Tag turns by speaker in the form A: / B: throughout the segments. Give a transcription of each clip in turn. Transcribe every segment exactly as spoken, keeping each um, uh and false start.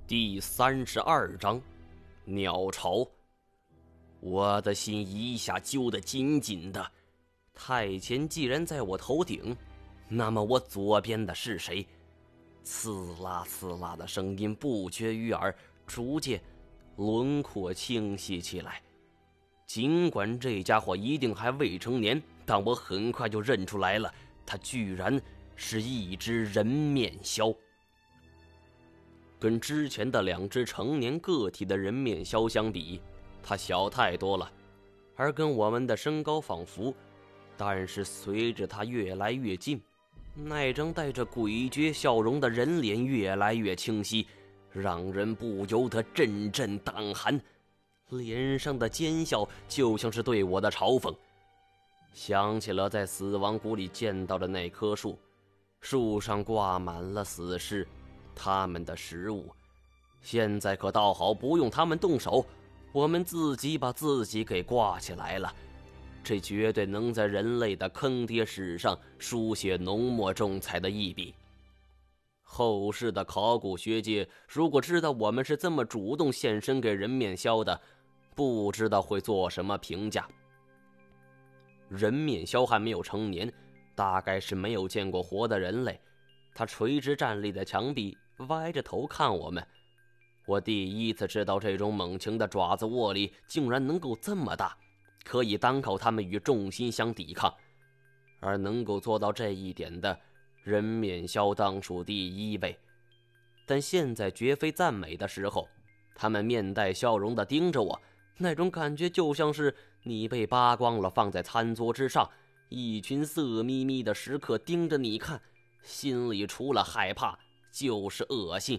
A: 第三十二章，鸟巢。我的心一下揪得紧紧的。太前既然在我头顶，那么我左边的是谁？刺啦刺啦的声音不绝于耳，逐渐轮廓清晰起来。尽管这家伙一定还未成年，但我很快就认出来了，他居然是一只人面鸮。跟之前的两只成年个体的人面鸮相比，它小太多了，而跟我们的身高仿佛。但是随着它越来越近，那张带着诡谲笑容的人脸越来越清晰，让人不由得阵阵胆寒。脸上的奸笑就像是对我的嘲讽。想起了在死亡谷里见到的那棵树，树上挂满了死尸，他们的食物。现在可倒好，不用他们动手，我们自己把自己给挂起来了。这绝对能在人类的坑爹史上书写浓墨重彩的一笔。后世的考古学界如果知道我们是这么主动献身给人面鸮的，不知道会做什么评价。人面鸮还没有成年，大概是没有见过活的人类。他垂直站立在墙壁，歪着头看我们。我第一次知道这种猛禽的爪子握力竟然能够这么大，可以单靠它们与重心相抵抗。而能够做到这一点的人面鸮当属第一位。但现在绝非赞美的时候，他们面带笑容地盯着我，那种感觉就像是你被扒光了放在餐桌之上，一群色眯眯的食客盯着你看，心里除了害怕就是恶心。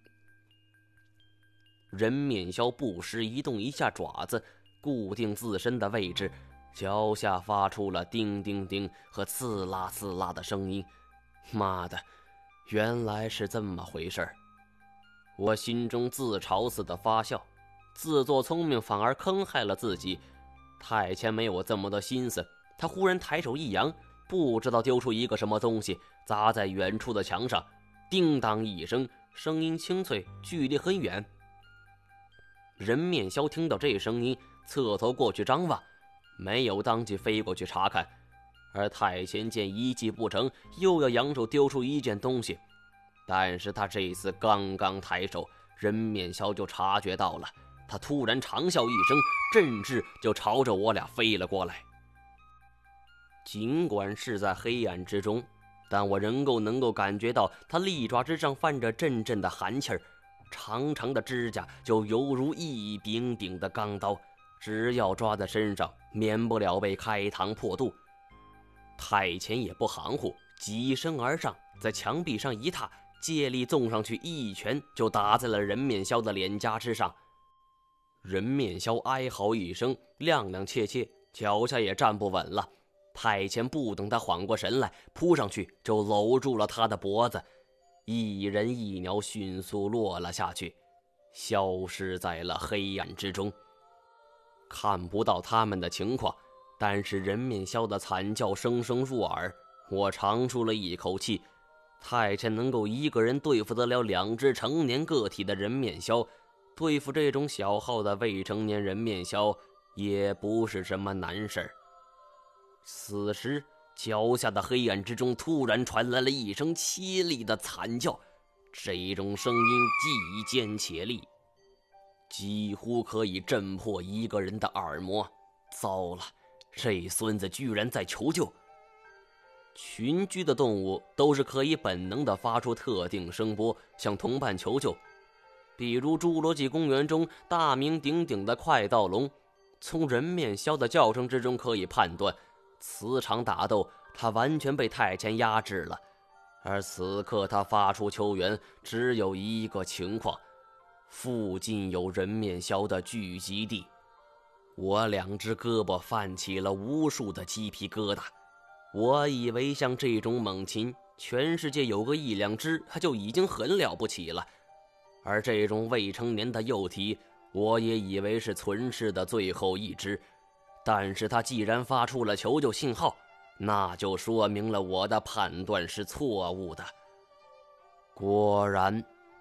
A: 人面鸮不时移动一下爪子，固定自身的位置，脚下发出了叮叮叮和刺啦刺啦的声音。妈的，原来是这么回事儿！我心中自嘲似的发笑，自作聪明反而坑害了自己。太前没有这么多心思，他忽然抬手一扬，不知道丢出一个什么东西，砸在远处的墙上，叮当一声，声音清脆，距离很远。人面鸮听到这声音，侧头过去张望，没有当即飞过去查看。而太前见一计不成，又要扬手丢出一件东西，但是他这次刚刚抬手，人面鸮就察觉到了，他突然长啸一声，振翅就朝着我俩飞了过来。尽管是在黑暗之中，但我仍够能够感觉到他利爪之上泛着阵阵的寒气儿，长长的指甲就犹如一柄柄的钢刀，只要抓在身上，免不了被开膛破肚。太前也不含糊，急身而上，在墙壁上一踏，借力纵上去，一拳就打在了人面鸮的脸颊之上。人面鸮哀嚎一声，踉踉跄跄，脚下也站不稳了。太前不等他缓过神来，扑上去就搂住了他的脖子。一人一鸟迅速落了下去，消失在了黑暗之中。看不到他们的情况，但是人面鸮的惨叫声声入耳，我长出了一口气。太监能够一个人对付得了两只成年个体的人面鸮，对付这种小号的未成年人面鸮也不是什么难事儿。此时脚下的黑暗之中突然传来了一声凄厉的惨叫，这种声音既尖且厉，几乎可以震破一个人的耳膜。糟了，这孙子居然在求救！群居的动物都是可以本能地发出特定声波向同伴求救，比如侏罗纪公园中大名鼎鼎的快盗龙，从人面鸮的叫声之中可以判断，此场打斗他完全被太监压制了。而此刻他发出求援只有一个情况，附近有人面鸮的聚集地。我两只胳膊泛起了无数的鸡皮疙瘩。我以为像这种猛禽，全世界有个一两只它就已经很了不起了，而这种未成年的幼体，我也以为是存世的最后一只。但是它既然发出了求救信号，那就说明了我的判断是错误的。果然，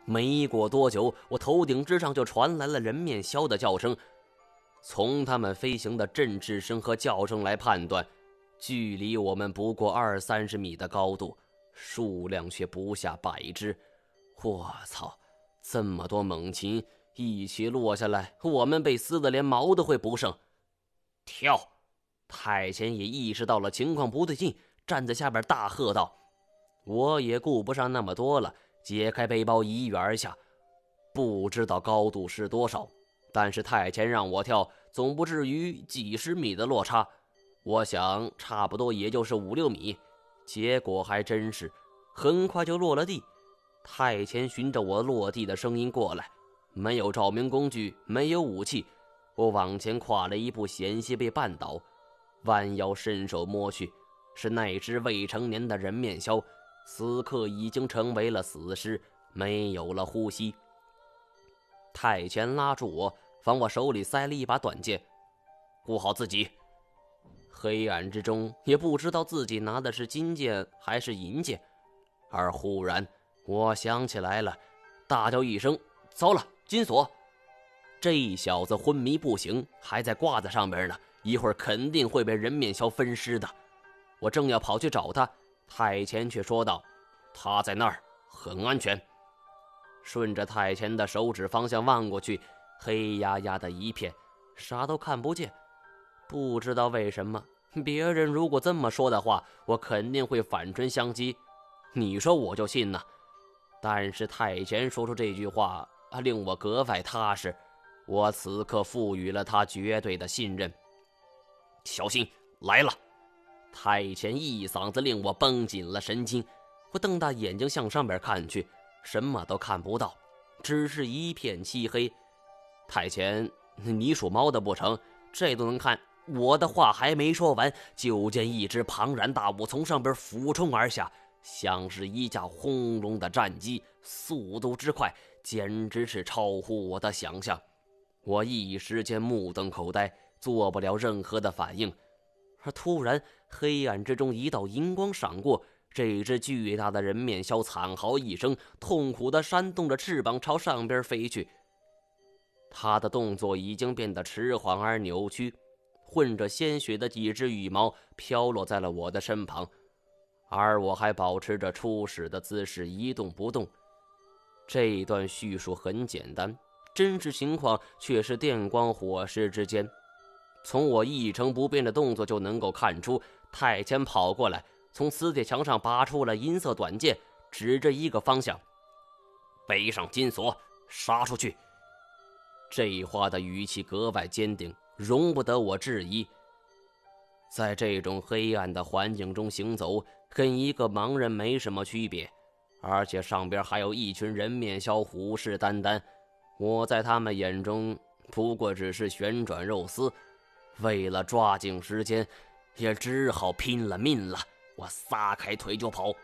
A: 没过多久，我头顶之上就传来了人面鸮的叫声。从它们飞行的振翅声和叫声来判断，距离我们不过二三十米的高度，数量却不下百只。我操，这么多猛禽一起落下来，我们被撕得连毛都会不剩。跳！太监也意识到了情况不对劲，站在下边大喝道。我也顾不上那么多了，解开背包一跃而下。不知道高度是多少，但是太监让我跳，总不至于几十米的落差。我想差不多也就是五六米，结果还真是很快就落了地。太监循着我落地的声音过来，没有照明工具，没有武器，我往前跨了一步，险些被绊倒，弯腰伸手摸去，是那只未成年的人面鸮，此刻已经成为了死尸，没有了呼吸。太监拉住我，往我手里塞了一把短剑，顾好自己。黑暗之中也不知道自己拿的是金剑还是银剑，而忽然我想起来了，大叫一声，糟了，金锁！这小子昏迷不醒，还在挂在上边呢，一会儿肯定会被人面鸮分尸的。我正要跑去找他，太监却说道，他在那儿，很安全。顺着太监的手指方向望过去，黑压压的一片，啥都看不见。不知道为什么，别人如果这么说的话，我肯定会反唇相讥，你说我就信呢。但是太监说出这句话，令我格外踏实，我此刻赋予了他绝对的信任。小心，来了！太监一嗓子令我绷紧了神经，我瞪大眼睛向上边看去，什么都看不到，只是一片漆黑。太监，你属猫的不成？这都能看？我的话还没说完，就见一只庞然大物从上边俯冲而下，像是一架轰隆的战机，速度之快，简直是超乎我的想象。我一时间目瞪口呆，做不了任何的反应。而突然，黑暗之中一道银光闪过，这只巨大的人面鸮惨嚎一声，痛苦地扇动着翅膀朝上边飞去。它的动作已经变得迟缓而扭曲，混着鲜血的几只羽毛飘落在了我的身旁，而我还保持着初始的姿势一动不动。这一段叙述很简单，真实情况却是电光火石之间。从我一成不变的动作就能够看出，太监跑过来，从磁铁墙上拔出了银色短剑，指着一个方向，背上金锁，杀出去。这话的语气格外坚定，容不得我质疑。在这种黑暗的环境中行走，跟一个盲人没什么区别，而且上边还有一群人面鸮虎视眈眈，我在他们眼中不过只是旋转肉丝。为了抓紧时间，也只好拼了命了。我撒开腿就跑。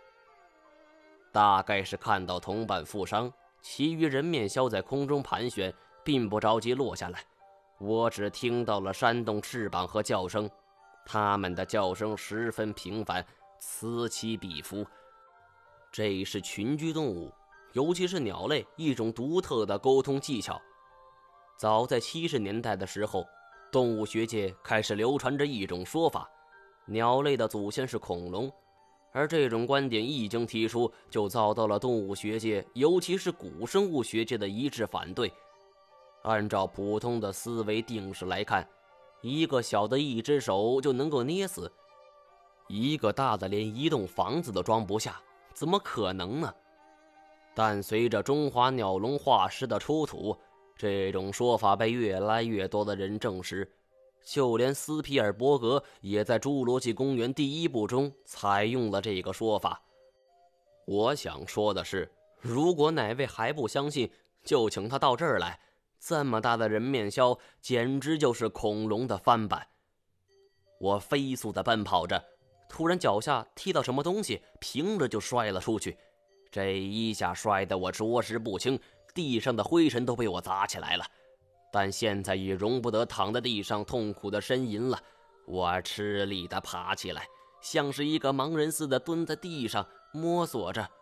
A: 大概是看到同伴负伤，其余人面鸮在空中盘旋，并不着急落下来。我只听到了扇动翅膀和叫声，它们的叫声十分频繁，此起彼伏。这是群居动物，尤其是鸟类一种独特的沟通技巧。早在七十年代的时候，动物学界开始流传着一种说法，鸟类的祖先是恐龙，而这种观点一经提出，就遭到了动物学界，尤其是古生物学界的一致反对。按照普通的思维定式来看，一个小的一只手就能够捏死，一个大的连一栋房子都装不下，怎么可能呢？但随着中华鸟笼化石的出土，这种说法被越来越多的人证实，就连斯皮尔伯格也在《侏罗纪公园》第一部中采用了这个说法。我想说的是，如果哪位还不相信，就请他到这儿来，这么大的人面鸮简直就是恐龙的翻版。我飞速地奔跑着，突然脚下踢到什么东西，平着就摔了出去。这一下摔得我着实不轻，地上的灰尘都被我砸起来了，但现在已容不得躺在地上痛苦的呻吟了。我吃力地爬起来，像是一个盲人似的蹲在地上摸索着，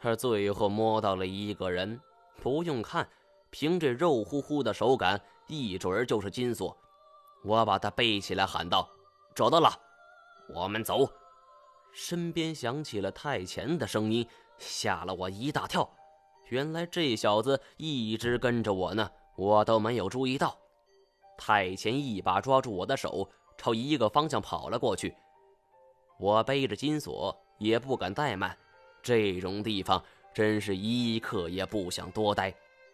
A: 而最后摸到了一个人，不用看，凭这肉乎乎的手感，一准儿就是金锁。我把他背起来喊道：找到了，我们走。身边响起了太前的声音，吓了我一大跳。原来这小子一直跟着我呢，我都没有注意到。太前一把抓住我的手，朝一个方向跑了过去。我背着金锁也不敢怠慢，这种地方真是一刻也不想多待。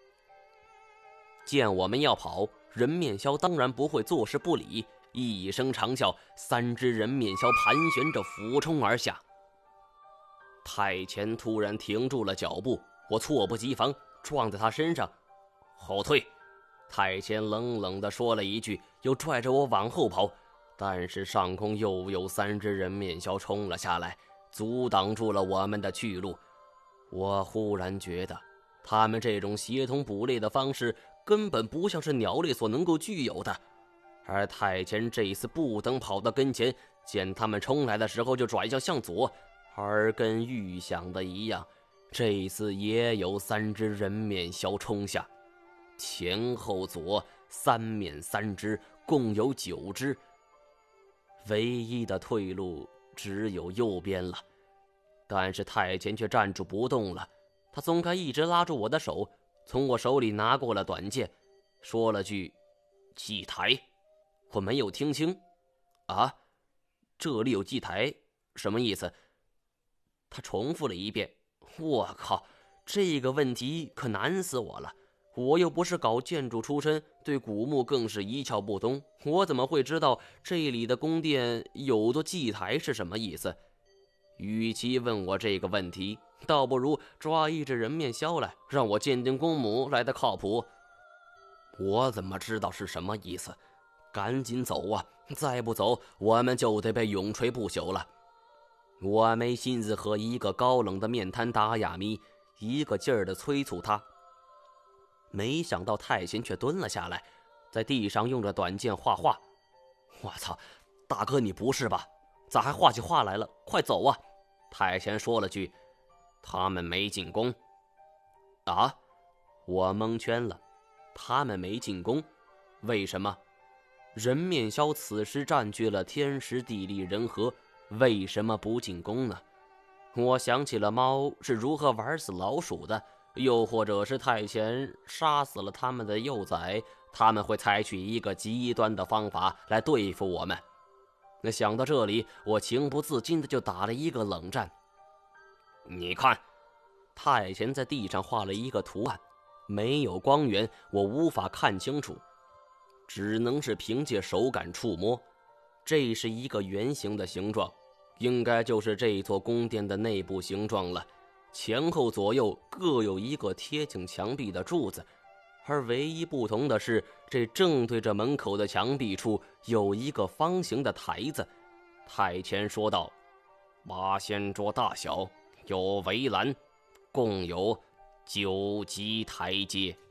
A: 见我们要跑，人面鸮当然不会坐视不理，一声长啸，三只人面鸮盘旋着俯冲而下。太前突然停住了脚步，我猝不及防撞在他身上，后退。太前冷冷地说了一句，又拽着我往后跑，但是上空又有三只人面鸮冲了下来，阻挡住了我们的去路。我忽然觉得他们这种协同捕猎的方式根本不像是鸟类所能够具有的。而太前这一次不等跑到跟前，见他们冲来的时候就转向向左，而跟预想的一样，这一次也有三只人面鸮冲下，前后左三面三只，共有九只。唯一的退路只有右边了，但是太前却站住不动了。他松开一直拉住我的手，从我手里拿过了短剑，说了句祭台。我没有听清。啊，这里有祭台，什么意思？他重复了一遍。我靠，这个问题可难死我了。我又不是搞建筑出身，对古墓更是一窍不通，我怎么会知道这里的宫殿有座祭台是什么意思？与其问我这个问题，倒不如抓一只人面鸮来，让我鉴定公母来的靠谱。我怎么知道是什么意思？赶紧走啊，再不走我们就得被永垂不朽了。我没心思和一个高冷的面瘫打哑谜，一个劲儿地催促他。没想到太前却蹲了下来，在地上用着短剑画画。我操，大哥你不是吧？咋还画起画来了？快走啊！太前说了句：他们没进攻。啊？我蒙圈了。他们没进攻？为什么？人面鸮此时占据了天时地利人和，为什么不进攻呢？我想起了猫是如何玩死老鼠的，又或者是太前杀死了他们的幼崽，他们会采取一个极端的方法来对付我们。那想到这里，我情不自禁的就打了一个冷战。你看，太前在地上画了一个图案，没有光源，我无法看清楚，只能是凭借手感触摸。这是一个圆形的形状，应该就是这座宫殿的内部形状了。前后左右各有一个贴近墙壁的柱子，而唯一不同的是，这正对着门口的墙壁处有一个方形的台子。太前说道：八仙桌大小，有围栏，共有九级台阶。